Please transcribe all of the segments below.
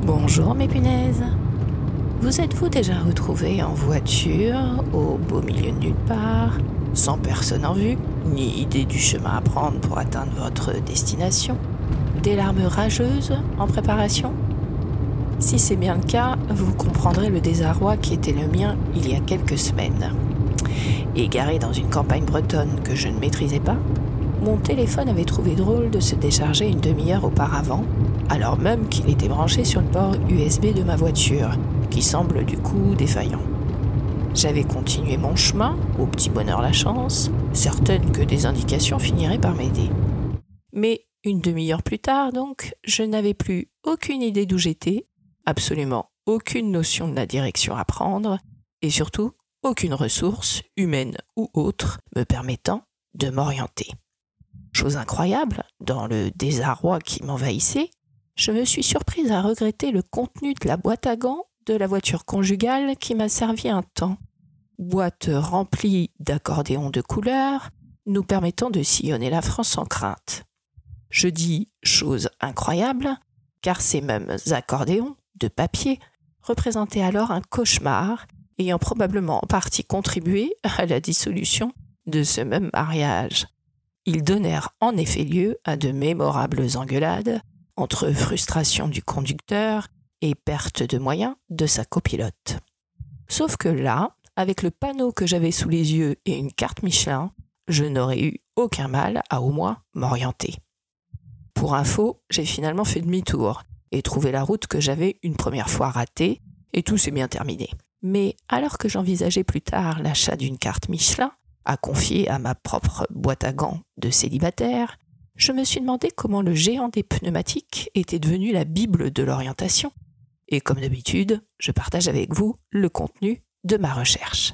Bonjour mes punaises. Vous êtes-vous déjà retrouvés en voiture, au beau milieu de nulle part, sans personne en vue, ni idée du chemin à prendre pour atteindre votre destination, des larmes rageuses en préparation ? Si c'est bien le cas, vous comprendrez le désarroi qui était le mien il y a quelques semaines. Égaré dans une campagne bretonne que je ne maîtrisais pas, mon téléphone avait trouvé drôle de se décharger une demi-heure auparavant, alors même qu'il était branché sur le port USB de ma voiture, qui semble du coup défaillant. J'avais continué mon chemin, au petit bonheur la chance, certaine que des indications finiraient par m'aider. Mais une demi-heure plus tard donc, je n'avais plus aucune idée d'où j'étais, absolument aucune notion de la direction à prendre, et surtout aucune ressource, humaine ou autre, me permettant de m'orienter. Chose incroyable, dans le désarroi qui m'envahissait, je me suis surprise à regretter le contenu de la boîte à gants de la voiture conjugale qui m'a servi un temps. Boîte remplie d'accordéons de couleurs, nous permettant de sillonner la France sans crainte. Je dis chose incroyable, car ces mêmes accordéons de papier représentaient alors un cauchemar, ayant probablement en partie contribué à la dissolution de ce même mariage. Ils donnèrent en effet lieu à de mémorables engueulades entre frustration du conducteur et perte de moyens de sa copilote. Sauf que là, avec le panneau que j'avais sous les yeux et une carte Michelin, je n'aurais eu aucun mal à au moins m'orienter. Pour info, j'ai finalement fait demi-tour et trouvé la route que j'avais une première fois ratée, et tout s'est bien terminé. Mais alors que j'envisageais plus tard l'achat d'une carte Michelin, à confier à ma propre boîte à gants de célibataire, je me suis demandé comment le géant des pneumatiques était devenu la Bible de l'orientation. Et comme d'habitude, je partage avec vous le contenu de ma recherche.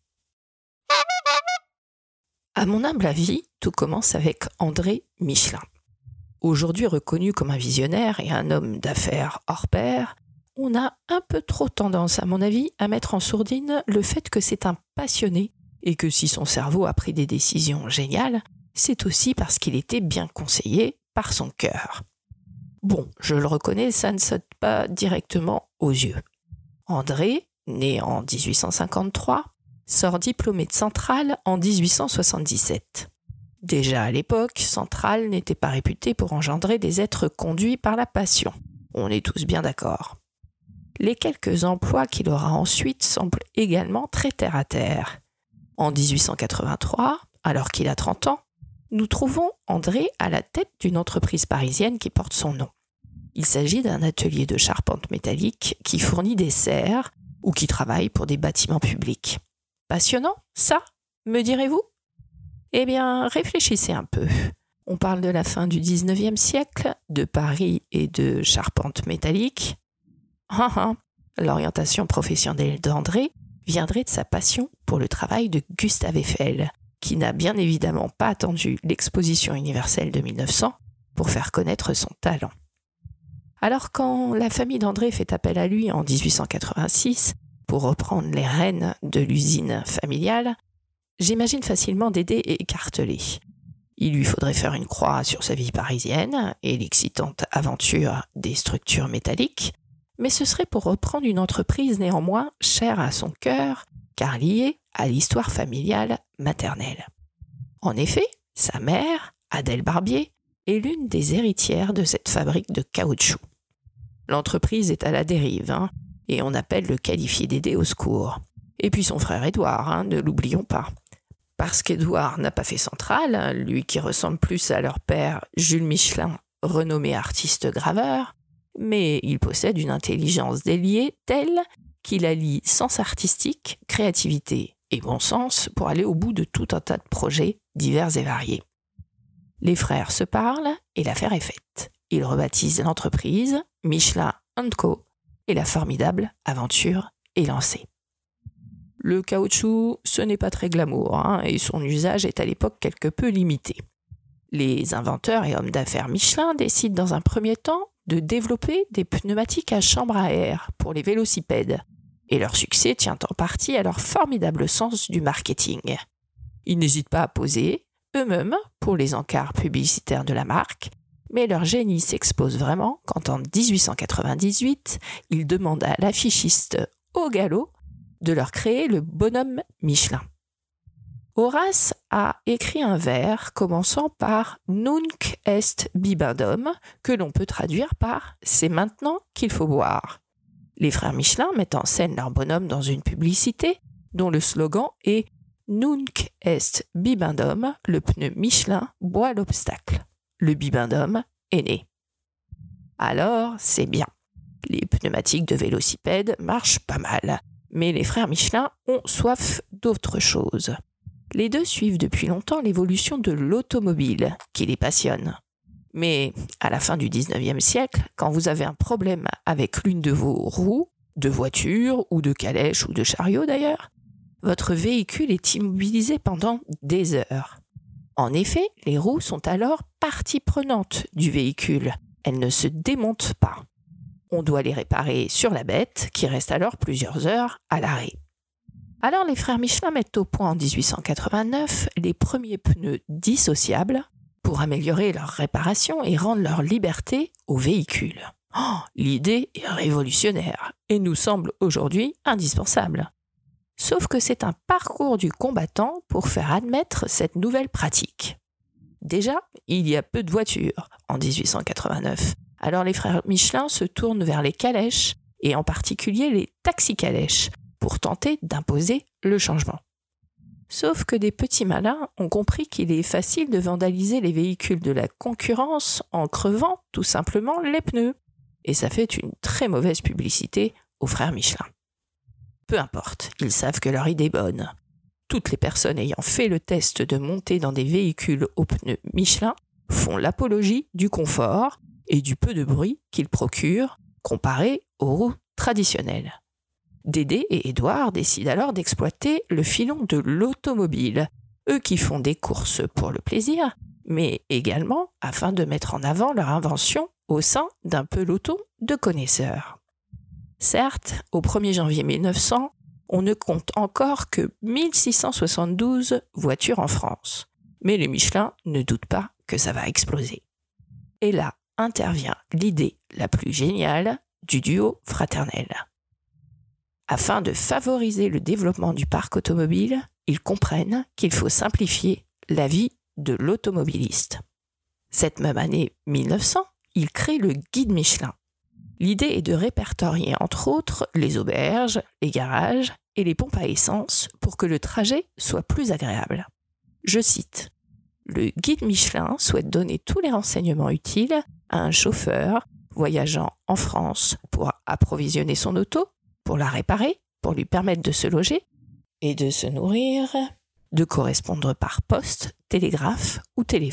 À mon humble avis, tout commence avec André Michelin. Aujourd'hui reconnu comme un visionnaire et un homme d'affaires hors pair, on a un peu trop tendance, à mon avis, à mettre en sourdine le fait que c'est un passionné et que si son cerveau a pris des décisions géniales, c'est aussi parce qu'il était bien conseillé par son cœur. Bon, je le reconnais, ça ne saute pas directement aux yeux. André, né en 1853, sort diplômé de Centrale en 1877. Déjà à l'époque, Centrale n'était pas réputé pour engendrer des êtres conduits par la passion. On est tous bien d'accord. Les quelques emplois qu'il aura ensuite semblent également très terre-à-terre. En 1883, alors qu'il a 30 ans, nous trouvons André à la tête d'une entreprise parisienne qui porte son nom. Il s'agit d'un atelier de charpente métallique qui fournit des serres ou qui travaille pour des bâtiments publics. Passionnant, ça, me direz-vous ? Eh bien, réfléchissez un peu. On parle de la fin du 19e siècle, de Paris et de charpente métallique. L'orientation professionnelle d'André viendrait de sa passion pour le travail de Gustave Eiffel, qui n'a bien évidemment pas attendu l'exposition universelle de 1900 pour faire connaître son talent. Alors quand la famille d'André fait appel à lui en 1886 pour reprendre les rênes de l'usine familiale, j'imagine facilement Dédé écartelé. Il lui faudrait faire une croix sur sa vie parisienne et l'excitante aventure des structures métalliques, mais ce serait pour reprendre une entreprise néanmoins chère à son cœur, car liée à l'histoire familiale maternelle. En effet, sa mère, Adèle Barbier, est l'une des héritières de cette fabrique de caoutchouc. L'entreprise est à la dérive, et on appelle le qualifié Dédé au secours. Et puis son frère Édouard, ne l'oublions pas. Parce qu'Édouard n'a pas fait Centrale, lui qui ressemble plus à leur père Jules Michelin, renommé artiste graveur, mais il possède une intelligence déliée telle qu'il allie sens artistique, créativité et bon sens pour aller au bout de tout un tas de projets divers et variés. Les frères se parlent et l'affaire est faite. Ils rebaptisent l'entreprise Michelin & Co. et la formidable aventure est lancée. Le caoutchouc, ce n'est pas très glamour, et son usage est à l'époque quelque peu limité. Les inventeurs et hommes d'affaires Michelin décident dans un premier temps de développer des pneumatiques à chambre à air pour les vélocipèdes, et leur succès tient en partie à leur formidable sens du marketing. Ils n'hésitent pas à poser, eux-mêmes, pour les encarts publicitaires de la marque, Mais leur génie s'expose vraiment quand en 1898, ils demandent à l'affichiste Au Gallo de leur créer le bonhomme Michelin. Horace a écrit un vers commençant par « Nunc est bibendum » que l'on peut traduire par « C'est maintenant qu'il faut boire ». Les frères Michelin mettent en scène leur bonhomme dans une publicité dont le slogan est « Nunc est bibendum, le pneu Michelin boit l'obstacle ». Le bibendum est né. Alors, c'est bien. Les pneumatiques de vélocipède marchent pas mal, mais les frères Michelin ont soif d'autre chose. Les deux suivent depuis longtemps l'évolution de l'automobile qui les passionne. Mais à la fin du 19e siècle, quand vous avez un problème avec l'une de vos roues, de voiture ou de calèche ou de chariot d'ailleurs, votre véhicule est immobilisé pendant des heures. En effet, les roues sont alors partie prenante du véhicule. Elles ne se démontent pas. On doit les réparer sur la bête, qui reste alors plusieurs heures à l'arrêt. Alors les frères Michelin mettent au point en 1889 les premiers pneus dissociables pour améliorer leur réparation et rendre leur liberté aux véhicules. L'idée est révolutionnaire et nous semble aujourd'hui indispensable. Sauf que c'est un parcours du combattant pour faire admettre cette nouvelle pratique. Déjà, il y a peu de voitures en 1889. Alors les frères Michelin se tournent vers les calèches, et en particulier les taxi-calèches, pour tenter d'imposer le changement. Sauf que des petits malins ont compris qu'il est facile de vandaliser les véhicules de la concurrence en crevant tout simplement les pneus. Et ça fait une très mauvaise publicité aux frères Michelin. Peu importe, ils savent que leur idée est bonne. Toutes les personnes ayant fait le test de monter dans des véhicules aux pneus Michelin font l'apologie du confort et du peu de bruit qu'ils procurent comparé aux roues traditionnelles. Dédé et Édouard décident alors d'exploiter le filon de l'automobile, eux qui font des courses pour le plaisir, mais également afin de mettre en avant leur invention au sein d'un peloton de connaisseurs. Certes, au 1er janvier 1900, on ne compte encore que 1672 voitures en France, mais les Michelin ne doutent pas que ça va exploser. Et là intervient l'idée la plus géniale du duo fraternel. Afin de favoriser le développement du parc automobile, ils comprennent qu'il faut simplifier la vie de l'automobiliste. Cette même année 1900, ils créent le guide Michelin. L'idée est de répertorier entre autres les auberges, les garages et les pompes à essence pour que le trajet soit plus agréable. Je cite : « Le guide Michelin souhaite donner tous les renseignements utiles à un chauffeur voyageant en France pour approvisionner son auto, pour la réparer, pour lui permettre de se loger et de se nourrir, de correspondre par poste, télégraphe ou téléphone. »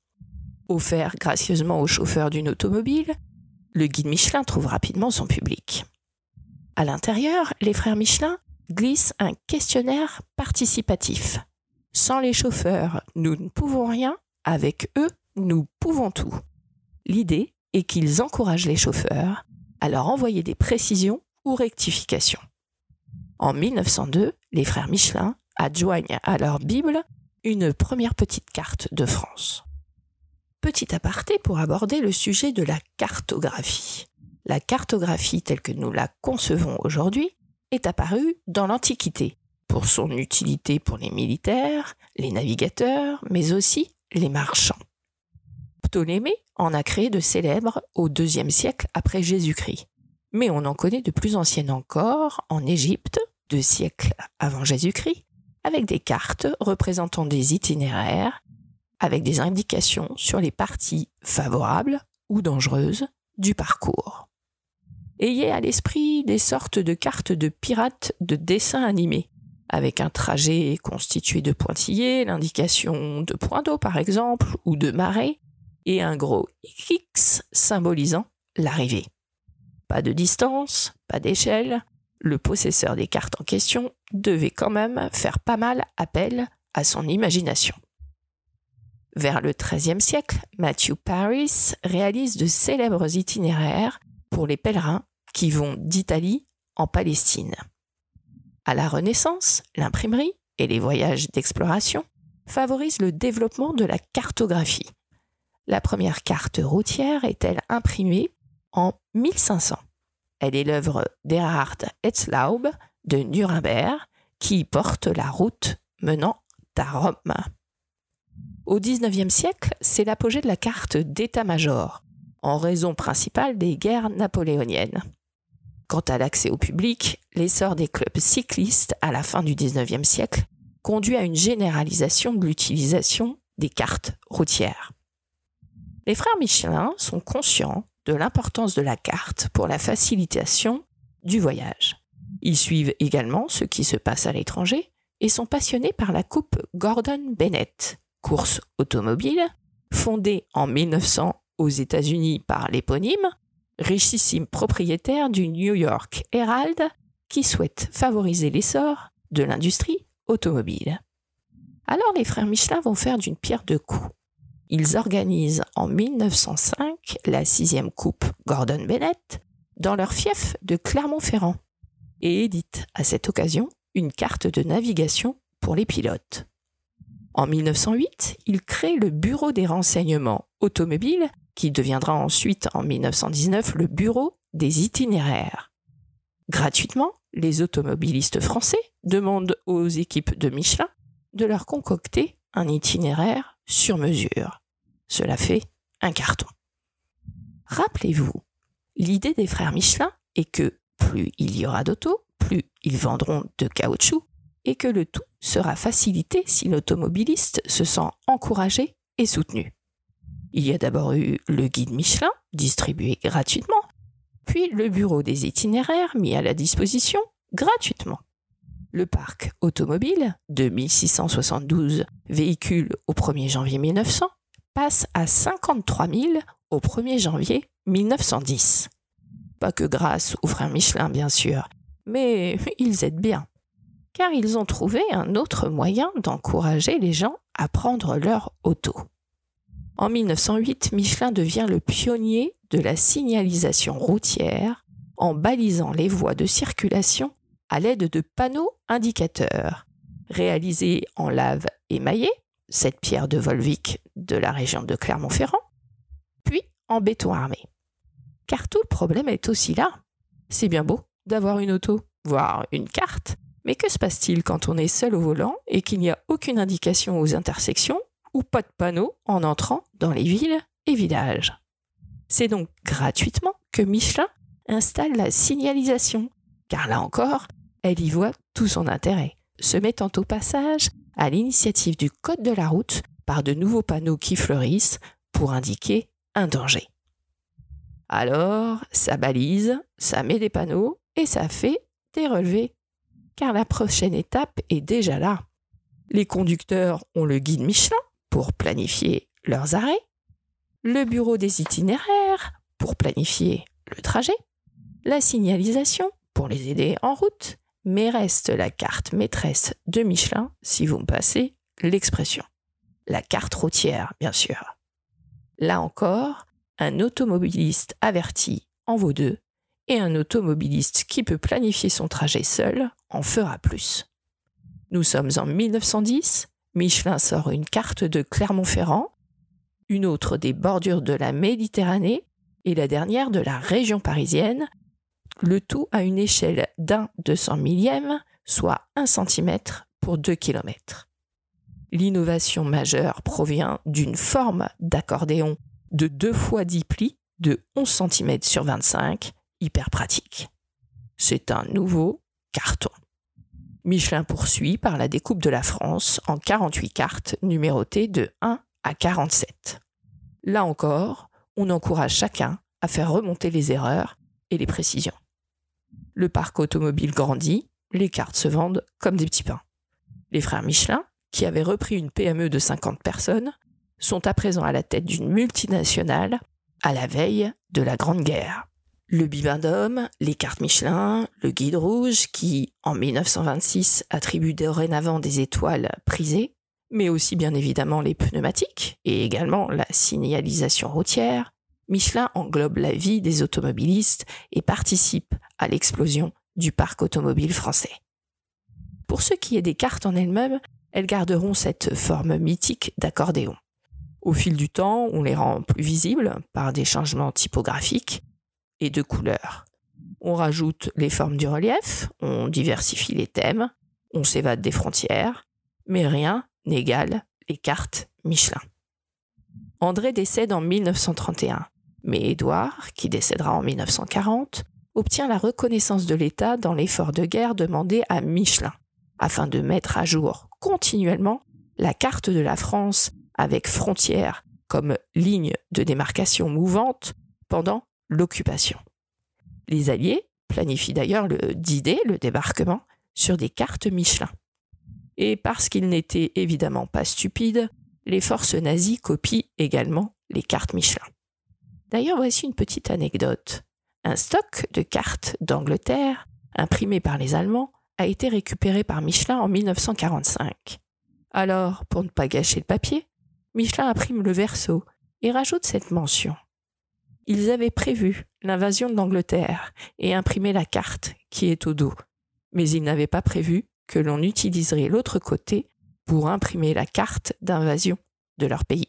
Offert gracieusement au chauffeur d'une automobile, le guide Michelin trouve rapidement son public. À l'intérieur, les frères Michelin glissent un questionnaire participatif. Sans les chauffeurs, nous ne pouvons rien, avec eux, nous pouvons tout. L'idée est qu'ils encouragent les chauffeurs à leur envoyer des précisions ou rectifications. En 1902, les frères Michelin adjoignent à leur Bible une première petite carte de France. Petit aparté pour aborder le sujet de la cartographie. La cartographie telle que nous la concevons aujourd'hui est apparue dans l'Antiquité, pour son utilité pour les militaires, les navigateurs, mais aussi les marchands. Ptolémée en a créé de célèbres au IIe siècle après Jésus-Christ, mais on en connaît de plus anciennes encore en Égypte, 2 siècles avant Jésus-Christ, avec des cartes représentant des itinéraires, avec des indications sur les parties favorables ou dangereuses du parcours. Ayez à l'esprit des sortes de cartes de pirates de dessins animés, avec un trajet constitué de pointillés, l'indication de points d'eau par exemple, ou de marée, et un gros X symbolisant l'arrivée. Pas de distance, pas d'échelle, le possesseur des cartes en question devait quand même faire pas mal appel à son imagination. Vers le XIIIe siècle, Matthew Paris réalise de célèbres itinéraires pour les pèlerins qui vont d'Italie en Palestine. À la Renaissance, l'imprimerie et les voyages d'exploration favorisent le développement de la cartographie. la première carte routière est-elle imprimée en 1500. Elle est l'œuvre d'Erhard Etzlaub de Nuremberg qui porte la route menant à Rome. Au XIXe siècle, c'est l'apogée de la carte d'état-major, en raison principale des guerres napoléoniennes. Quant à l'accès au public, l'essor des clubs cyclistes à la fin du XIXe siècle conduit à une généralisation de l'utilisation des cartes routières. Les frères Michelin sont conscients de l'importance de la carte pour la facilitation du voyage. Ils suivent également ce qui se passe à l'étranger et sont passionnés par la Coupe Gordon Bennett, course automobile, fondée en 1900 aux États-Unis par l'éponyme, richissime propriétaire du New York Herald, qui souhaite favoriser l'essor de l'industrie automobile. Alors les frères Michelin vont faire d'une pierre deux coups. Ils organisent en 1905 la 6e Coupe Gordon Bennett dans leur fief de Clermont-Ferrand et éditent à cette occasion une carte de navigation pour les pilotes. En 1908, ils créent le Bureau des renseignements automobiles qui deviendra ensuite en 1919 le Bureau des itinéraires. Gratuitement, les automobilistes français demandent aux équipes de Michelin de leur concocter un itinéraire sur mesure. Cela fait un carton. Rappelez-vous, l'idée des frères Michelin est que plus il y aura d'autos, plus ils vendront de caoutchouc et que le tout sera facilité si l'automobiliste se sent encouragé et soutenu. Il y a d'abord eu le guide Michelin, distribué gratuitement, puis le bureau des itinéraires mis à la disposition gratuitement. Le parc automobile, de 1672 véhicules au 1er janvier 1900, passe à 53 000 au 1er janvier 1910. Pas que grâce aux frères Michelin, bien sûr, mais ils aident bien, car ils ont trouvé un autre moyen d'encourager les gens à prendre leur auto. En 1908, Michelin devient le pionnier de la signalisation routière en balisant les voies de circulation à l'aide de panneaux indicateurs, réalisés en lave émaillée, cette pierre de Volvic de la région de Clermont-Ferrand, puis en béton armé. Car tout le problème est aussi là. C'est bien beau d'avoir une auto, voire une carte, mais que se passe-t-il quand on est seul au volant et qu'il n'y a aucune indication aux intersections ou pas de panneaux en entrant dans les villes et villages? C'est donc gratuitement que Michelin installe la signalisation, car là encore, elle y voit tout son intérêt, se mettant au passage à l'initiative du code de la route par de nouveaux panneaux qui fleurissent pour indiquer un danger. Alors, ça balise, ça met des panneaux et ça fait des relevés, car la prochaine étape est déjà là. Les conducteurs ont le guide Michelin pour planifier leurs arrêts, le bureau des itinéraires pour planifier le trajet, la signalisation pour les aider en route, mais reste la carte maîtresse de Michelin, si vous me passez l'expression. La carte routière, bien sûr. Là encore, un automobiliste averti en vaut deux, et un automobiliste qui peut planifier son trajet seul en fera plus. Nous sommes en 1910, Michelin sort une carte de Clermont-Ferrand, une autre des bordures de la Méditerranée et la dernière de la région parisienne, le tout à une échelle d'un 200 millième, soit 1 cm pour 2 km. L'innovation majeure provient d'une forme d'accordéon de 2 fois 10 plis de 11 cm sur 25, hyper pratique. C'est un nouveau carton. Michelin poursuit par la découpe de la France en 48 cartes numérotées de 1 à 47. Là encore, on encourage chacun à faire remonter les erreurs et les précisions. Le parc automobile grandit, les cartes se vendent comme des petits pains. Les frères Michelin, qui avaient repris une PME de 50 personnes, sont à présent à la tête d'une multinationale à la veille de la Grande Guerre. Le bibendum, les cartes Michelin, le guide rouge qui, en 1926, attribue dorénavant des étoiles prisées, mais aussi bien évidemment les pneumatiques et également la signalisation routière, Michelin englobe la vie des automobilistes et participe à l'explosion du parc automobile français. Pour ce qui est des cartes en elles-mêmes, elles garderont cette forme mythique d'accordéon. Au fil du temps, on les rend plus visibles par des changements typographiques et de couleurs. On rajoute les formes du relief, on diversifie les thèmes, on s'évade des frontières, mais rien n'égale les cartes Michelin. André décède en 1931, mais Édouard, qui décédera en 1940, obtient la reconnaissance de l'État dans l'effort de guerre demandé à Michelin, afin de mettre à jour continuellement la carte de la France avec frontières comme ligne de démarcation mouvante pendant l'occupation. Les Alliés planifient d'ailleurs le D-Day, le débarquement, sur des cartes Michelin. Et parce qu'ils n'étaient évidemment pas stupides, les forces nazies copient également les cartes Michelin. D'ailleurs, voici une petite anecdote. Un stock de cartes d'Angleterre, imprimées par les Allemands, a été récupéré par Michelin en 1945. Alors, pour ne pas gâcher le papier, Michelin imprime le verso et rajoute cette mention. Ils avaient prévu l'invasion de l'Angleterre et imprimé la carte qui est au dos, mais ils n'avaient pas prévu que l'on utiliserait l'autre côté pour imprimer la carte d'invasion de leur pays.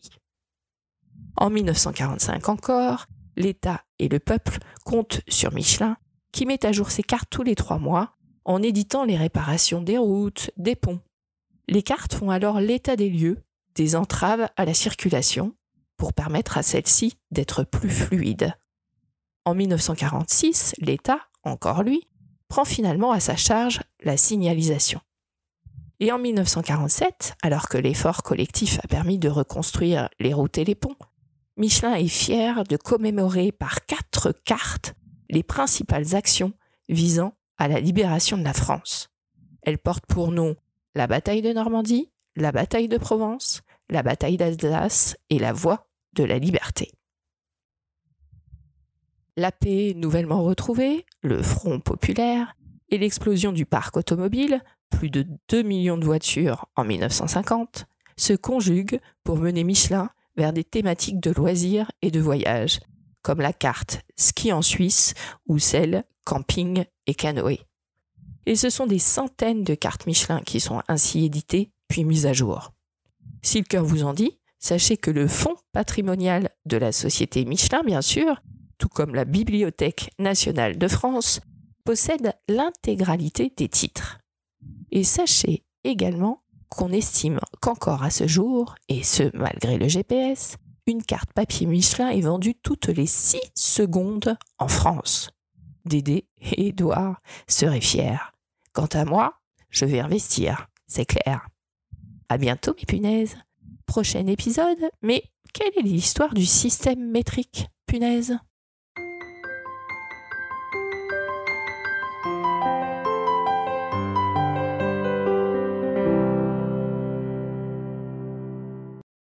En 1945 encore, l'État et le peuple comptent sur Michelin qui met à jour ses cartes tous les 3 mois en éditant les réparations des routes, des ponts. Les cartes font alors l'état des lieux, des entraves à la circulation pour permettre à celle-ci d'être plus fluide. En 1946, l'État, encore lui, prend finalement à sa charge la signalisation. Et en 1947, alors que l'effort collectif a permis de reconstruire les routes et les ponts, Michelin est fier de commémorer par 4 cartes les principales actions visant à la libération de la France. Elles portent pour nom la bataille de Normandie, la bataille de Provence, la bataille d'Alsace et la voie de la liberté. La paix nouvellement retrouvée, le Front populaire et l'explosion du parc automobile, plus de 2 millions de voitures en 1950, se conjuguent pour mener Michelin vers des thématiques de loisirs et de voyage, comme la carte ski en Suisse ou celle camping et canoë. Et ce sont des centaines de cartes Michelin qui sont ainsi éditées puis mises à jour. Si le cœur vous en dit, sachez que le fonds patrimonial de la société Michelin, bien sûr, tout comme la Bibliothèque nationale de France, possède l'intégralité des titres. Et sachez également qu'on estime qu'encore à ce jour, et ce malgré le GPS, une carte papier Michelin est vendue toutes les 6 secondes en France. Dédé et Édouard seraient fiers. Quant à moi, je vais investir, c'est clair. À bientôt mes punaises. Prochain épisode, mais quelle est l'histoire du système métrique, punaise ?